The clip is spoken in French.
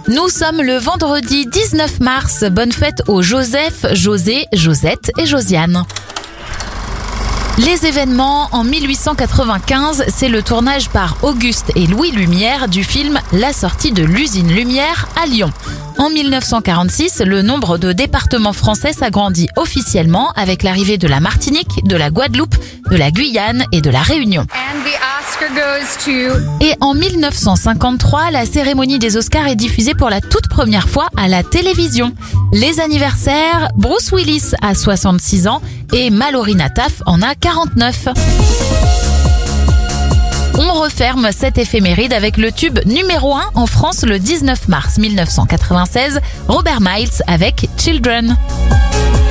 Nous sommes le vendredi 19 mars. Bonne fête aux Joseph, José, Josette et Josiane. Les événements en 1895, c'est le tournage par Auguste et Louis Lumière du film La sortie de l'usine Lumière à Lyon. En 1946, le nombre de départements français s'agrandit officiellement avec l'arrivée de la Martinique, de la Guadeloupe, de la Guyane et de la Réunion. Et en 1953, la cérémonie des Oscars est diffusée pour la toute première fois à la télévision. Les anniversaires, Bruce Willis a 66 ans et Mallory Nataf en a 49. On referme cette éphéméride avec le tube numéro 1 en France le 19 mars 1996, Robert Miles avec Children.